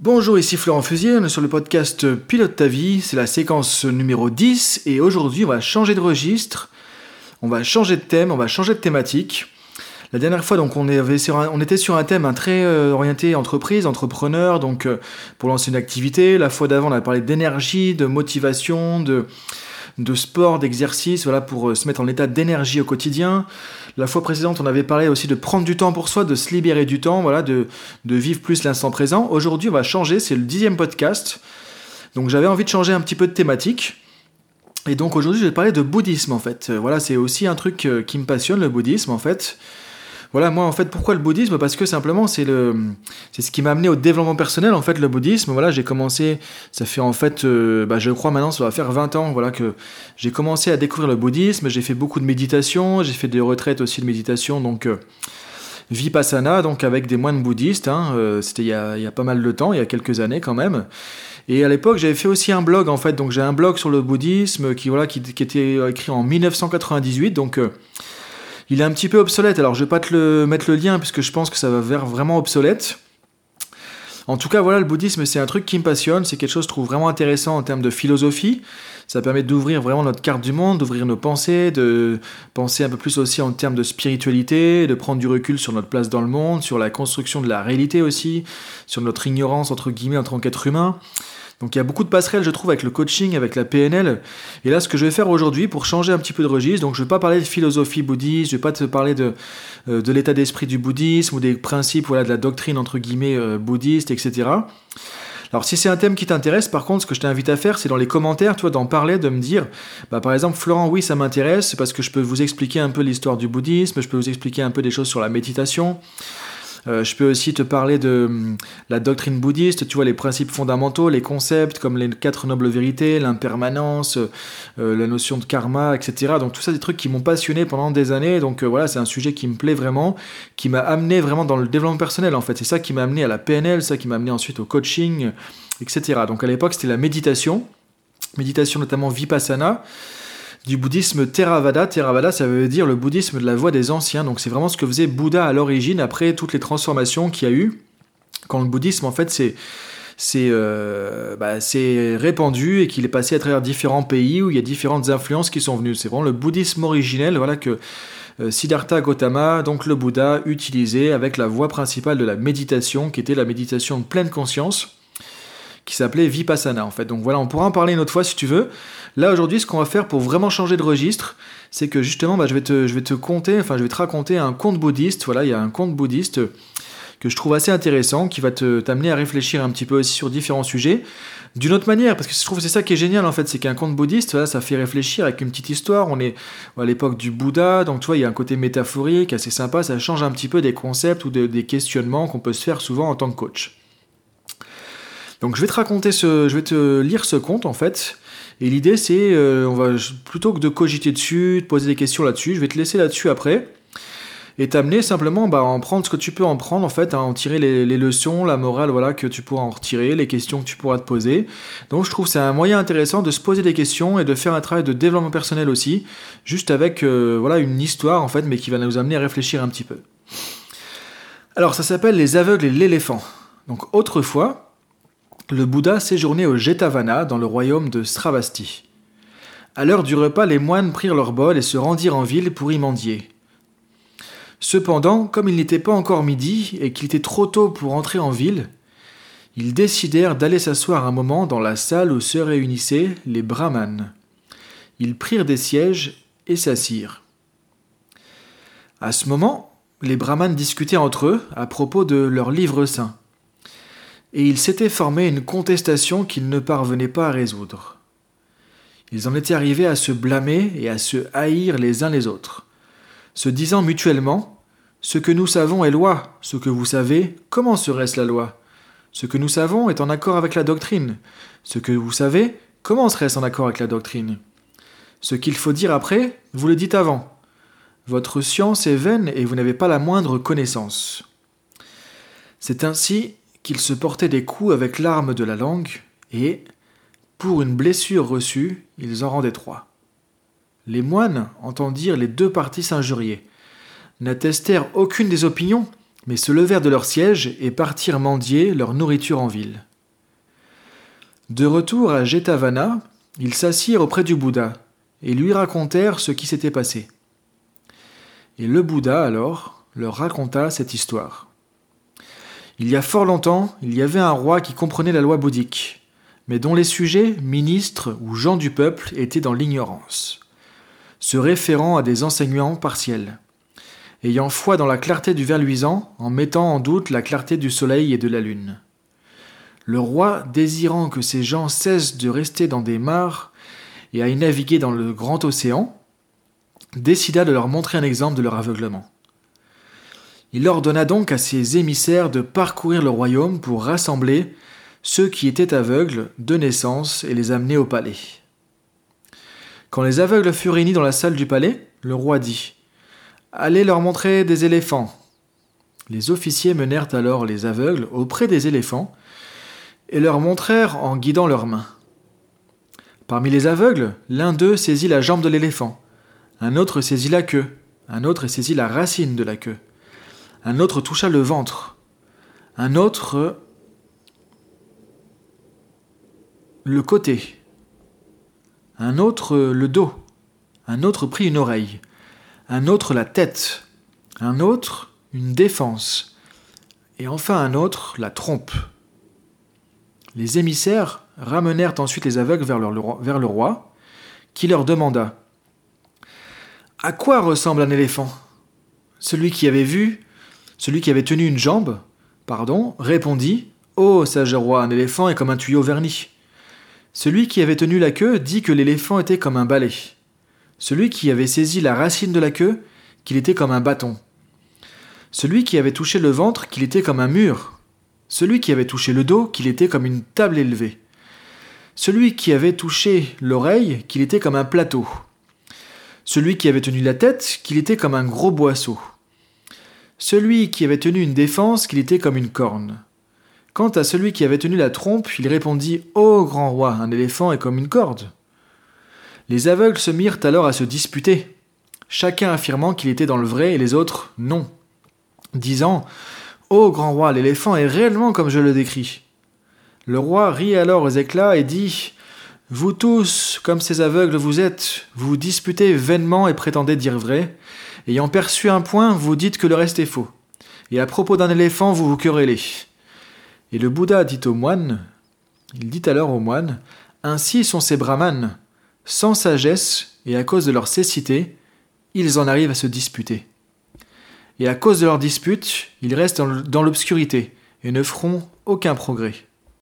Bonjour, ici Florent Fusier, on est sur le podcast Pilote ta vie, c'est la séquence numéro 10 et aujourd'hui on va changer de registre, on va changer de thème, on va changer de thématique. La dernière fois donc on était sur un thème très orienté entreprise, entrepreneur, donc pour lancer une activité. La fois d'avant on a parlé d'énergie, de motivation, de sport, d'exercice, voilà, pour se mettre en état d'énergie au quotidien. La fois précédente, on avait parlé aussi de prendre du temps pour soi, de se libérer du temps, voilà, de vivre plus l'instant présent. Aujourd'hui, on va changer, c'est le 10e podcast. Donc j'avais envie de changer un petit peu de thématique. Et donc aujourd'hui, je vais parler de bouddhisme en fait. Voilà, c'est aussi un truc qui me passionne, le bouddhisme en fait. Voilà, moi en fait, pourquoi le bouddhisme ? Parce que simplement c'est ce qui m'a amené au développement personnel en fait, le bouddhisme. Voilà, j'ai commencé, ça fait en fait, je crois maintenant ça va faire 20 ans, voilà, que j'ai commencé à découvrir le bouddhisme. J'ai fait beaucoup de méditation, j'ai fait des retraites aussi de méditation, donc Vipassana, donc avec des moines bouddhistes, c'était il y a pas mal de temps, il y a quelques années quand même. Et à l'époque, j'avais fait aussi un blog en fait, donc j'ai un blog sur le bouddhisme qui était écrit en 1998, donc il est un petit peu obsolète, alors je vais pas mettre le lien puisque je pense que ça va vers vraiment obsolète. En tout cas, voilà, le bouddhisme, c'est un truc qui me passionne, c'est quelque chose que je trouve vraiment intéressant en termes de philosophie. Ça permet d'ouvrir vraiment notre carte du monde, d'ouvrir nos pensées, de penser un peu plus aussi en termes de spiritualité, de prendre du recul sur notre place dans le monde, sur la construction de la réalité aussi, sur notre ignorance, entre guillemets, en tant qu'être humain. Donc il y a beaucoup de passerelles, je trouve, avec le coaching, avec la PNL. Et là, ce que je vais faire aujourd'hui, pour changer un petit peu de registre, donc je ne vais pas parler de philosophie bouddhiste, je ne vais pas te parler de l'état d'esprit du bouddhisme ou des principes, voilà, de la doctrine, entre guillemets, bouddhiste, etc. Alors si c'est un thème qui t'intéresse, par contre, ce que je t'invite à faire, c'est dans les commentaires, tu vois, d'en parler, de me dire, par exemple, Florent, oui, ça m'intéresse, parce que je peux vous expliquer un peu l'histoire du bouddhisme, je peux vous expliquer un peu des choses sur la méditation. Je peux aussi te parler de la doctrine bouddhiste, tu vois, les principes fondamentaux, les concepts comme les 4 nobles vérités, l'impermanence, la notion de karma, etc. Donc tout ça, des trucs qui m'ont passionné pendant des années. Donc voilà, c'est un sujet qui me plaît vraiment, qui m'a amené vraiment dans le développement personnel en fait. C'est ça qui m'a amené à la PNL, ça qui m'a amené ensuite au coaching, etc. Donc à l'époque, c'était la méditation notamment Vipassana. Du bouddhisme Theravada. Theravada, ça veut dire le bouddhisme de la voie des anciens. Donc c'est vraiment ce que faisait Bouddha à l'origine, après toutes les transformations qu'il y a eu. Quand le bouddhisme, en fait, c'est répandu et qu'il est passé à travers différents pays où il y a différentes influences qui sont venues. C'est vraiment le bouddhisme originel, voilà, que Siddhartha Gautama, donc le Bouddha, utilisait avec la voie principale de la méditation, qui était la méditation de pleine conscience, qui s'appelait Vipassana en fait. Donc voilà, on pourra en parler une autre fois si tu veux. Là aujourd'hui, ce qu'on va faire pour vraiment changer de registre, c'est que justement, je vais te raconter un conte bouddhiste. Voilà, il y a un conte bouddhiste que je trouve assez intéressant, qui va t'amener à réfléchir un petit peu aussi sur différents sujets, d'une autre manière, parce que je trouve que c'est ça qui est génial en fait, c'est qu'un conte bouddhiste, voilà, ça fait réfléchir avec une petite histoire. On est à l'époque du Bouddha, donc tu vois, il y a un côté métaphorique assez sympa, ça change un petit peu des concepts ou des questionnements qu'on peut se faire souvent en tant que coach. Donc je vais te lire ce conte en fait, et l'idée c'est, plutôt que de cogiter dessus, de poser des questions là-dessus, je vais te laisser là-dessus après, et t'amener simplement à en prendre ce que tu peux en prendre en fait, à en tirer les leçons, la morale, voilà, que tu pourras en retirer, les questions que tu pourras te poser. Donc je trouve que c'est un moyen intéressant de se poser des questions et de faire un travail de développement personnel aussi, juste avec une histoire en fait, mais qui va nous amener à réfléchir un petit peu. Alors ça s'appelle Les aveugles et l'éléphant. Donc autrefois, le Bouddha séjournait au Jetavana, dans le royaume de Sravasti. À l'heure du repas, les moines prirent leur bol et se rendirent en ville pour y mendier. Cependant, comme il n'était pas encore midi et qu'il était trop tôt pour entrer en ville, ils décidèrent d'aller s'asseoir un moment dans la salle où se réunissaient les brahmanes. Ils prirent des sièges et s'assirent. À ce moment, les brahmanes discutaient entre eux à propos de leur livre saint. Et il s'était formé une contestation qu'ils ne parvenaient pas à résoudre. Ils en étaient arrivés à se blâmer et à se haïr les uns les autres, se disant mutuellement « Ce que nous savons est loi, ce que vous savez, comment serait-ce la loi ? Ce que nous savons est en accord avec la doctrine, ce que vous savez, comment serait-ce en accord avec la doctrine ? Ce qu'il faut dire après, vous le dites avant. Votre science est vaine et vous n'avez pas la moindre connaissance. » C'est ainsi qu'ils se portaient des coups avec l'arme de la langue, et, pour une blessure reçue, ils en rendaient 3. Les moines entendirent les 2 parties s'injurier, n'attestèrent aucune des opinions, mais se levèrent de leur siège et partirent mendier leur nourriture en ville. De retour à Jetavana, ils s'assirent auprès du Bouddha et lui racontèrent ce qui s'était passé. Et le Bouddha, alors, leur raconta cette histoire. Il y a fort longtemps, il y avait un roi qui comprenait la loi bouddhique, mais dont les sujets, ministres ou gens du peuple étaient dans l'ignorance, se référant à des enseignements partiels, ayant foi dans la clarté du ver luisant en mettant en doute la clarté du soleil et de la lune. Le roi, désirant que ces gens cessent de rester dans des mares et à y naviguer dans le grand océan, décida de leur montrer un exemple de leur aveuglement. Il ordonna donc à ses émissaires de parcourir le royaume pour rassembler ceux qui étaient aveugles de naissance et les amener au palais. Quand les aveugles furent réunis dans la salle du palais, le roi dit « Allez leur montrer des éléphants ». Les officiers menèrent alors les aveugles auprès des éléphants et leur montrèrent en guidant leurs mains. Parmi les aveugles, l'un d'eux saisit la jambe de l'éléphant, un autre saisit la queue, un autre saisit la racine de la queue, un autre toucha le ventre, un autre le côté, un autre le dos, un autre prit une oreille, un autre la tête, un autre une défense, et enfin un autre la trompe. Les émissaires ramenèrent ensuite les aveugles vers le roi, qui leur demanda « À quoi ressemble un éléphant ?» Celui qui avait tenu une jambe, répondit « Ô sage roi, un éléphant est comme un tuyau verni. » Celui qui avait tenu la queue dit que l'éléphant était comme un balai. Celui qui avait saisi la racine de la queue, qu'il était comme un bâton. Celui qui avait touché le ventre, qu'il était comme un mur. Celui qui avait touché le dos, qu'il était comme une table élevée. Celui qui avait touché l'oreille, qu'il était comme un plateau. Celui qui avait tenu la tête, qu'il était comme un gros boisseau. Celui qui avait tenu une défense, qu'il était comme une corne. Quant à celui qui avait tenu la trompe, il répondit « Ô grand roi, un éléphant est comme une corde. » Les aveugles se mirent alors à se disputer, chacun affirmant qu'il était dans le vrai et les autres non, disant « Ô grand roi, l'éléphant est réellement comme je le décris. » Le roi rit alors aux éclats et dit « Vous tous, comme ces aveugles vous êtes, vous vous disputez vainement et prétendez dire vrai. Ayant perçu un point, vous dites que le reste est faux. Et à propos d'un éléphant, vous vous querellez. » Et le Bouddha dit alors aux moines, « Ainsi sont ces brahmanes, sans sagesse et à cause de leur cécité, ils en arrivent à se disputer. Et à cause de leur dispute, ils restent dans l'obscurité et ne feront aucun progrès. »